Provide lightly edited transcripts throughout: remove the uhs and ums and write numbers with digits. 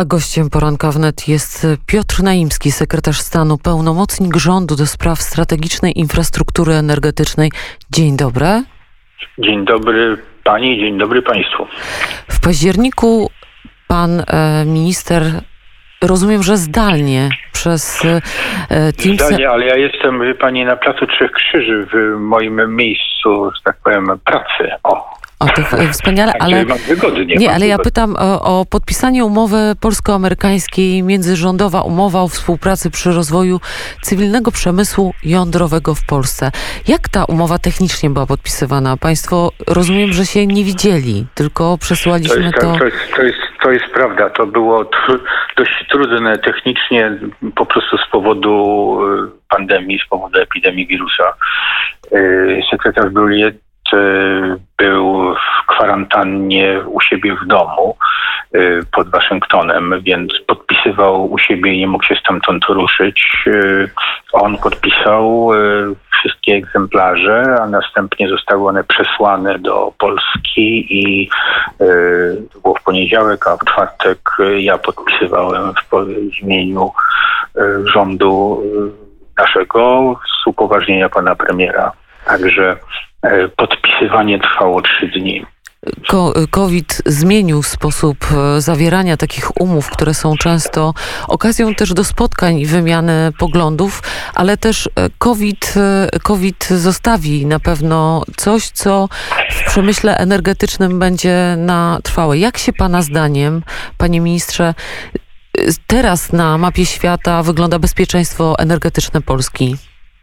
A gościem poranka wnet jest Piotr Naimski, sekretarz stanu, pełnomocnik rządu do spraw strategicznej infrastruktury energetycznej. Dzień dobry. Dzień dobry pani, dzień dobry państwu. W październiku pan minister, rozumiem, że zdalnie przez Teams... Zdalnie, ale ja jestem, pani, na Placu Trzech Krzyży, w moim miejscu, że tak powiem, pracy. O, to wspaniale, ale mam wygodnie. Nie, ale ja pytam o podpisanie umowy polsko-amerykańskiej, międzyrządowa umowa o współpracy przy rozwoju cywilnego przemysłu jądrowego w Polsce. Jak ta umowa technicznie była podpisywana? Państwo, rozumiem, że się nie widzieli, tylko przesyłaliśmy to... To jest prawda. To było dość trudne technicznie po prostu z powodu pandemii, z powodu epidemii wirusa. Sekretarz Brulliet był w kwarantannie u siebie w domu pod Waszyngtonem, więc podpisywał u siebie i nie mógł się stamtąd ruszyć. On podpisał wszystkie egzemplarze, a następnie zostały one przesłane do Polski i to było w poniedziałek, a w czwartek ja podpisywałem w imieniu rządu naszego z upoważnienia pana premiera. Także podpisywanie trwało 3 dni. COVID zmienił sposób zawierania takich umów, które są często okazją też do spotkań i wymiany poglądów, ale też COVID zostawi na pewno coś, co w przemyśle energetycznym będzie na trwałe. Jak się pana zdaniem, panie ministrze, teraz na mapie świata wygląda bezpieczeństwo energetyczne Polski?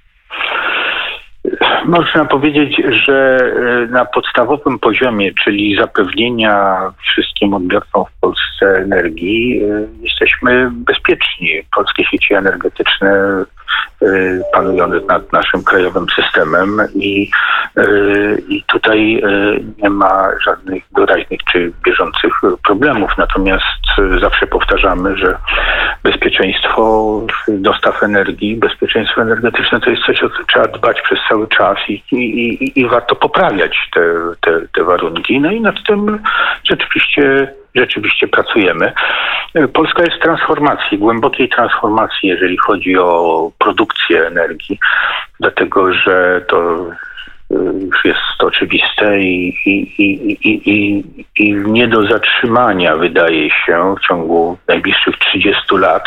Można powiedzieć, że na podstawowym poziomie, czyli zapewnienia wszystkim odbiorcom w Polsce energii, jesteśmy bezpieczni. Polskie sieci energetyczne panują nad naszym krajowym systemem i tutaj nie ma żadnych doraźnych czy bieżących problemów. Natomiast zawsze powtarzamy, że bezpieczeństwo dostaw energii, bezpieczeństwo energetyczne to jest coś, o co trzeba dbać przez cały czas i warto poprawiać te warunki. No i nad tym rzeczywiście pracujemy. Polska jest w transformacji, głębokiej transformacji, jeżeli chodzi o produkcję energii, dlatego że to już jest oczywiste i nie do zatrzymania, wydaje się, w ciągu najbliższych 30 lat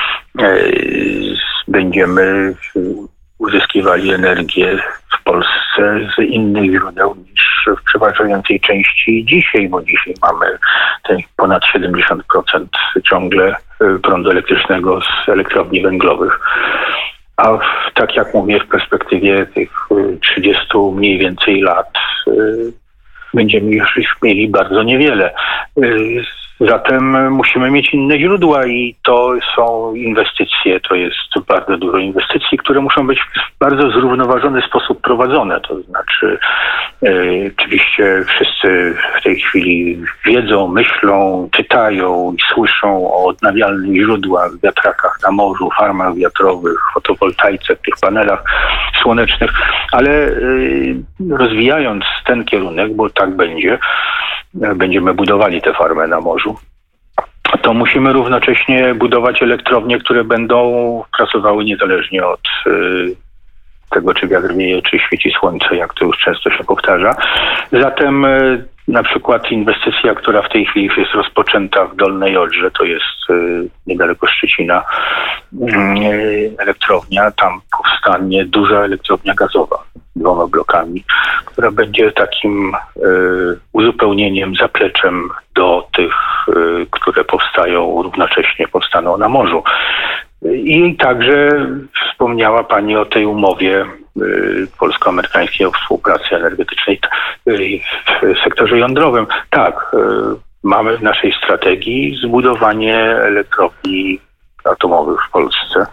będziemy uzyskiwali energię w Polsce z innych źródeł niż w przeważającej części dzisiaj, bo dzisiaj mamy ponad 70% ciągle prądu elektrycznego z elektrowni węglowych. A tak jak mówię, w perspektywie tych 30 mniej więcej lat będziemy już mieli bardzo niewiele. Zatem musimy mieć inne źródła i to są inwestycje, to jest bardzo dużo inwestycji, które muszą być w bardzo zrównoważony sposób prowadzone. To znaczy oczywiście wszyscy w tej chwili wiedzą, myślą, czytają i słyszą o odnawialnych źródłach, wiatrakach na morzu, farmach wiatrowych, fotowoltaice, tych panelach słonecznych, ale rozwijając ten kierunek, bo tak będziemy budowali te farmy na morzu, to musimy równocześnie budować elektrownie, które będą pracowały niezależnie od tego, czy wiatr wieje, czy świeci słońce, jak to już często się powtarza. Zatem na przykład inwestycja, która w tej chwili już jest rozpoczęta w Dolnej Odrze, to jest niedaleko Szczecina, elektrownia, tam powstanie duża elektrownia gazowa, 2 blokami, która będzie takim uzupełnieniem, zapleczem do tych, które powstaną na morzu. I także wspomniała pani o tej umowie polsko-amerykańskiej o współpracy energetycznej w sektorze jądrowym. Tak, mamy w naszej strategii zbudowanie elektrowni atomowych w Polsce.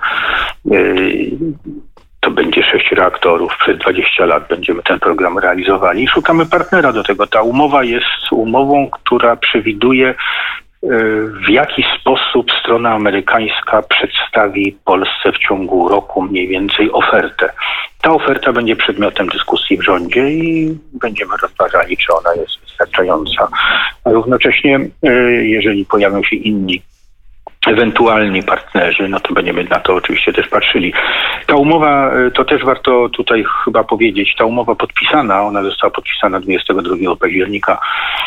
To będzie 6 reaktorów, przez 20 lat będziemy ten program realizowali i szukamy partnera do tego. Ta umowa jest umową, która przewiduje, w jaki sposób strona amerykańska przedstawi Polsce w ciągu roku mniej więcej ofertę. Ta oferta będzie przedmiotem dyskusji w rządzie i będziemy rozważali, czy ona jest wystarczająca. A równocześnie, jeżeli pojawią się inni ewentualni partnerzy, no to będziemy na to oczywiście też patrzyli. Ta umowa, to też warto tutaj chyba powiedzieć, ta umowa podpisana, ona została podpisana 22 października.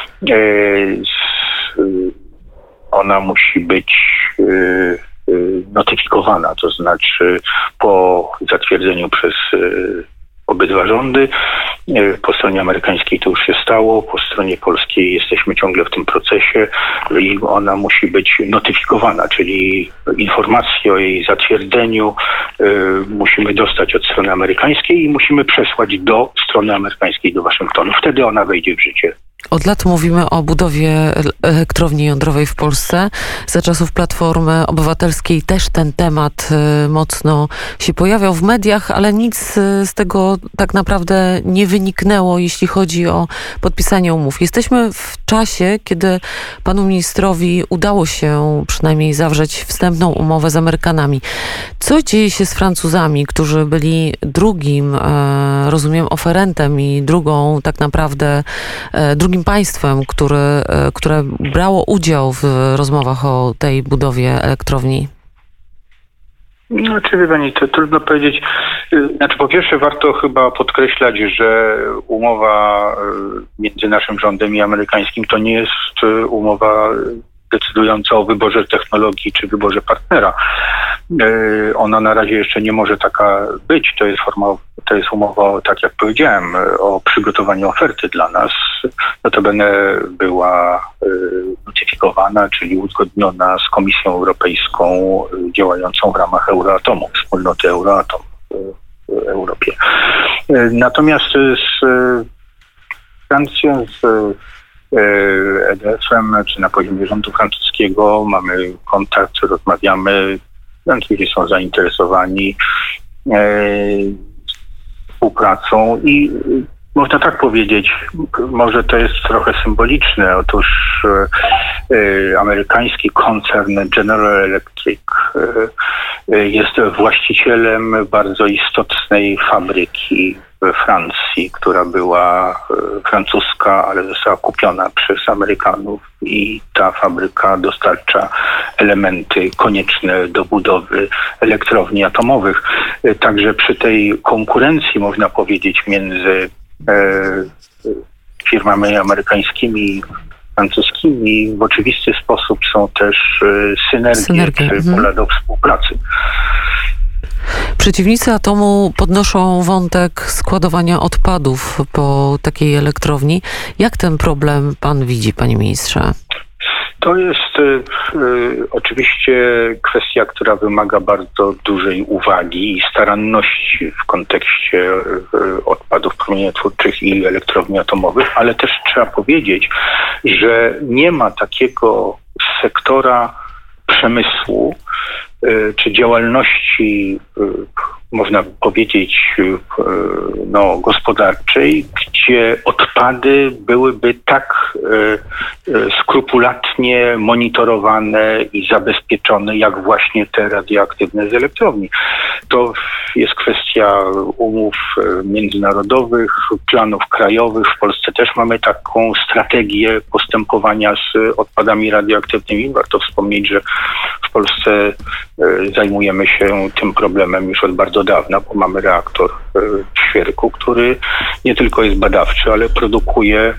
Ona musi być notyfikowana, to znaczy po zatwierdzeniu przez obydwa rządy. Po stronie amerykańskiej to już się stało, po stronie polskiej jesteśmy ciągle w tym procesie i ona musi być notyfikowana, czyli informację o jej zatwierdzeniu musimy dostać od strony amerykańskiej i musimy przesłać do strony amerykańskiej, do Waszyngtonu. Wtedy ona wejdzie w życie. Od lat mówimy o budowie elektrowni jądrowej w Polsce. Za czasów Platformy Obywatelskiej też ten temat mocno się pojawiał w mediach, ale nic z tego tak naprawdę nie wyniknęło, jeśli chodzi o podpisanie umów. Jesteśmy w czasie, kiedy panu ministrowi udało się przynajmniej zawrzeć wstępną umowę z Amerykanami. Co dzieje się z Francuzami, którzy byli drugim, rozumiem, oferentem i drugim państwem, które brało udział w rozmowach o tej budowie elektrowni? No, czy wie pani, to trudno powiedzieć. Znaczy, po pierwsze warto chyba podkreślać, że umowa między naszym rządem i amerykańskim to nie jest umowa decydująca o wyborze technologii czy wyborze partnera. Ona na razie jeszcze nie może taka być. To jest umowa, tak jak powiedziałem, o przygotowaniu oferty dla nas. Notabene była notyfikowana, czyli uzgodniona z Komisją Europejską działającą w ramach Euratomu, wspólnoty Euratom w Europie. Natomiast z Francją, z EDF-em, czy na poziomie rządu francuskiego mamy kontakt, rozmawiamy. Francuzi są zainteresowani współpracą i można tak powiedzieć, może to jest trochę symboliczne. Otóż amerykański koncern General Electric jest właścicielem bardzo istotnej fabryki we Francji, która była francuska, ale została kupiona przez Amerykanów i ta fabryka dostarcza elementy konieczne do budowy elektrowni atomowych. Także przy tej konkurencji, można powiedzieć, między firmami amerykańskimi i francuskimi w oczywisty sposób są też synergie czy pola do współpracy. Przeciwnicy atomu podnoszą wątek składowania odpadów po takiej elektrowni. Jak ten problem pan widzi, panie ministrze? To jest oczywiście kwestia, która wymaga bardzo dużej uwagi i staranności w kontekście odpadów promieniotwórczych i elektrowni atomowych, ale też trzeba powiedzieć, że nie ma takiego sektora przemysłu czy działalności, można powiedzieć, gospodarczej, gdzie odpady byłyby tak skrupulatnie monitorowane i zabezpieczone, jak właśnie te radioaktywne z elektrowni. To jest kwestia umów międzynarodowych, planów krajowych. W Polsce też mamy taką strategię postępowania z odpadami radioaktywnymi. Warto wspomnieć, że w Polsce zajmujemy się tym problemem już od bardzo dawna, bo mamy reaktor w Świerku, który nie tylko jest badawczy, ale produkuje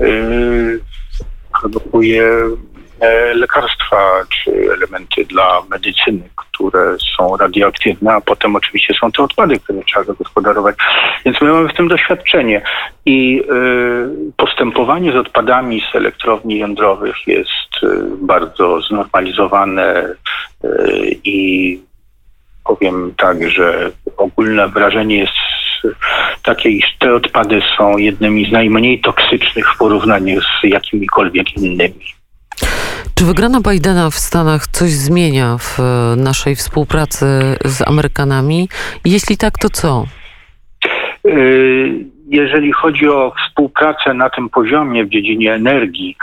lekarstwa czy elementy dla medycyny, które są radioaktywne, a potem oczywiście są te odpady, które trzeba zagospodarować. Więc my mamy w tym doświadczenie i postępowanie z odpadami z elektrowni jądrowych jest bardzo znormalizowane i powiem tak, że ogólne wrażenie jest takie, iż te odpady są jednymi z najmniej toksycznych w porównaniu z jakimikolwiek innymi. Czy wygrana Bidena w Stanach coś zmienia w naszej współpracy z Amerykanami? Jeśli tak, to co? Jeżeli chodzi o współpracę na tym poziomie w dziedzinie energii,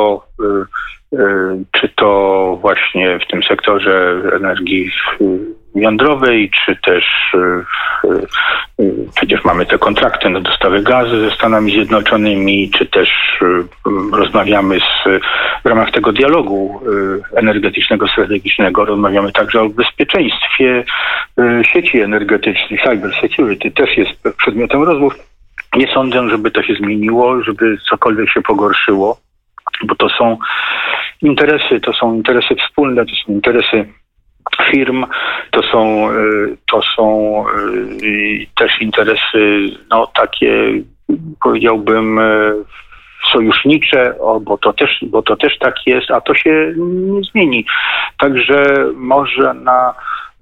czy to właśnie w tym sektorze energii jądrowej, czy też przecież mamy te kontrakty na dostawę gazu ze Stanami Zjednoczonymi, czy też rozmawiamy w ramach tego dialogu energetycznego, strategicznego, rozmawiamy także o bezpieczeństwie sieci energetycznych, cyber security też jest przedmiotem rozmów. Nie sądzę, żeby to się zmieniło, żeby cokolwiek się pogorszyło, bo to są interesy wspólne, to są interesy firm, to są też interesy, takie, powiedziałbym, sojusznicze, bo to też tak jest, a to się nie zmieni. Także można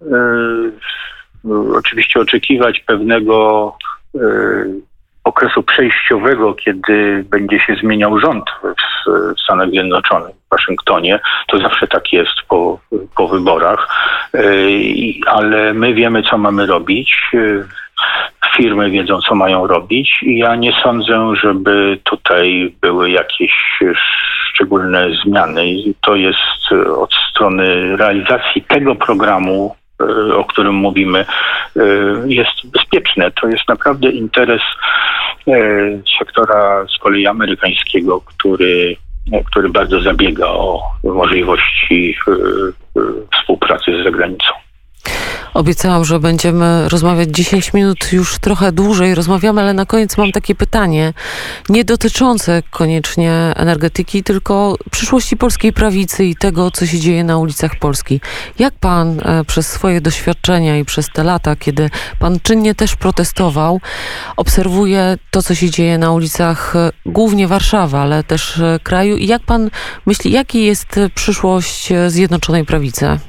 oczywiście oczekiwać pewnego okresu przejściowego, kiedy będzie się zmieniał rząd w Stanach Zjednoczonych, w Waszyngtonie. To zawsze tak jest po wyborach, ale my wiemy, co mamy robić. Firmy wiedzą, co mają robić i ja nie sądzę, żeby tutaj były jakieś szczególne zmiany. I to jest od strony realizacji tego programu, o którym mówimy, jest bezpieczne. To jest naprawdę interes sektora z kolei amerykańskiego, który bardzo zabiega o możliwości współpracy z zagranicą. Obiecałam, że będziemy rozmawiać 10 minut, już trochę dłużej rozmawiamy, ale na koniec mam takie pytanie, nie dotyczące koniecznie energetyki, tylko przyszłości polskiej prawicy i tego, co się dzieje na ulicach Polski. Jak pan przez swoje doświadczenia i przez te lata, kiedy pan czynnie też protestował, obserwuje to, co się dzieje na ulicach głównie Warszawy, ale też kraju i jak pan myśli, jaki jest przyszłość Zjednoczonej Prawicy?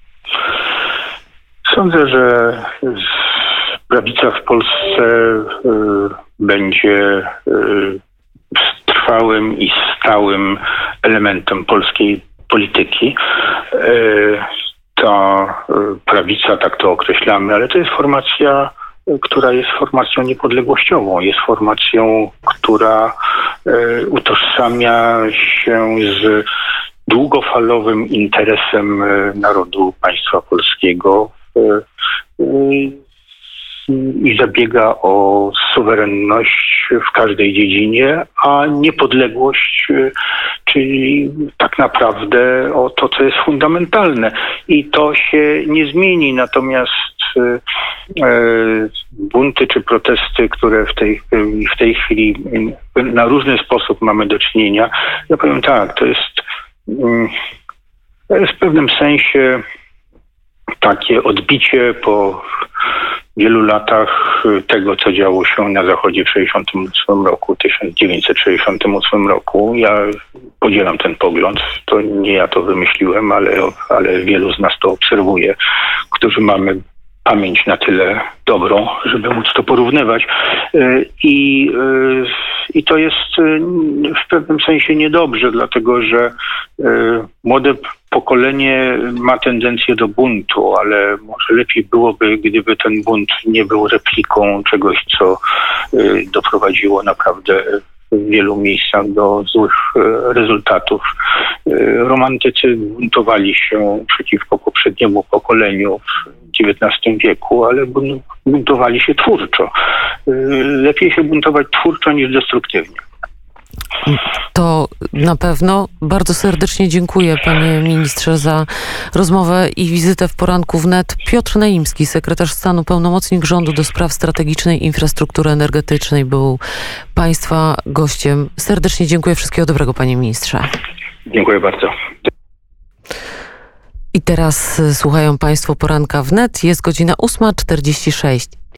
Sądzę, że prawica w Polsce będzie trwałym i stałym elementem polskiej polityki. Ta prawica, tak to określamy, ale to jest formacja, która jest formacją niepodległościową. Jest formacją, która utożsamia się z długofalowym interesem narodu państwa polskiego i zabiega o suwerenność w każdej dziedzinie, a niepodległość, czyli tak naprawdę o to, co jest fundamentalne. I to się nie zmieni, natomiast bunty czy protesty, które w tej chwili na różny sposób mamy do czynienia, ja powiem tak, to jest w pewnym sensie takie odbicie po wielu latach tego, co działo się na Zachodzie w 1968 roku. Ja podzielam ten pogląd. To nie ja to wymyśliłem, ale wielu z nas to obserwuje, którzy mamy pamięć na tyle dobrą, żeby móc to porównywać. I to jest w pewnym sensie niedobrze, dlatego że młode pokolenie ma tendencję do buntu, ale może lepiej byłoby, gdyby ten bunt nie był repliką czegoś, co doprowadziło naprawdę w wielu miejscach do złych rezultatów. Romantycy buntowali się przeciwko poprzedniemu pokoleniu w XIX wieku, ale buntowali się twórczo. Lepiej się buntować twórczo niż destruktywnie. To na pewno. Bardzo serdecznie dziękuję, panie ministrze, za rozmowę i wizytę w Poranku Wnet. Piotr Naimski, sekretarz stanu, pełnomocnik rządu do spraw strategicznej infrastruktury energetycznej, był państwa gościem. Serdecznie dziękuję. Wszystkiego dobrego, panie ministrze. Dziękuję bardzo. I teraz słuchają państwo Poranka Wnet. Jest godzina 8:46.